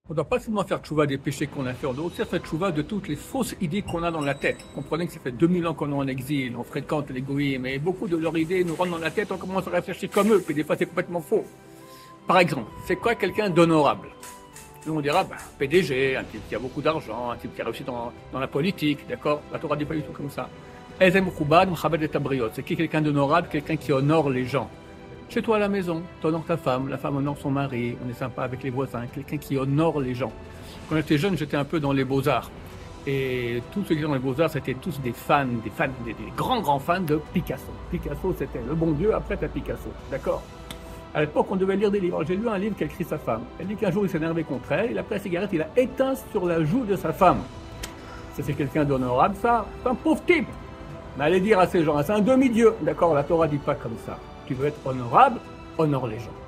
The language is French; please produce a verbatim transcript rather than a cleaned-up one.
On ne doit pas seulement faire tchouva des péchés qu'on a fait, on doit aussi faire tchouva de toutes les fausses idées qu'on a dans la tête. Comprenez que ça fait deux mille ans qu'on est en exil, on fréquente les goïms, mais beaucoup de leurs idées nous rentrent dans la tête, on commence à réfléchir comme eux, puis des fois c'est complètement faux. Par exemple, c'est quoi quelqu'un d'honorable? Nous on dira, ben, P D G, un type qui a beaucoup d'argent, un type qui a réussi dans, dans la politique, d'accord? La Torah dit pas du tout comme ça. Ezem Khoubad, Mchabed et Tabriot, c'est qui quelqu'un d'honorable? Quelqu'un qui honore les gens. Chez toi à la maison, tu honores ta femme, la femme honore son mari, on est sympa avec les voisins, quelqu'un qui honore les gens. Quand j'étais jeune, j'étais un peu dans les beaux-arts. Et tous ceux qui étaient dans les beaux-arts, c'était tous des fans, des fans, des, des grands, grands fans de Picasso. Picasso, c'était le bon Dieu, après t'as Picasso, d'accord? À l'époque, on devait lire des livres. J'ai lu un livre qu'écrit sa femme. Elle dit qu'un jour, il s'est énervé contre elle, il a pris la cigarette, il a éteint sur la joue de sa femme. Ça, c'est quelqu'un d'honorable, ça? C'est un pauvre type. Mais allez dire à ces gens, c'est un demi-dieu. D'accord, la Torah dit pas comme ça. Tu veux être honorable, honore les gens.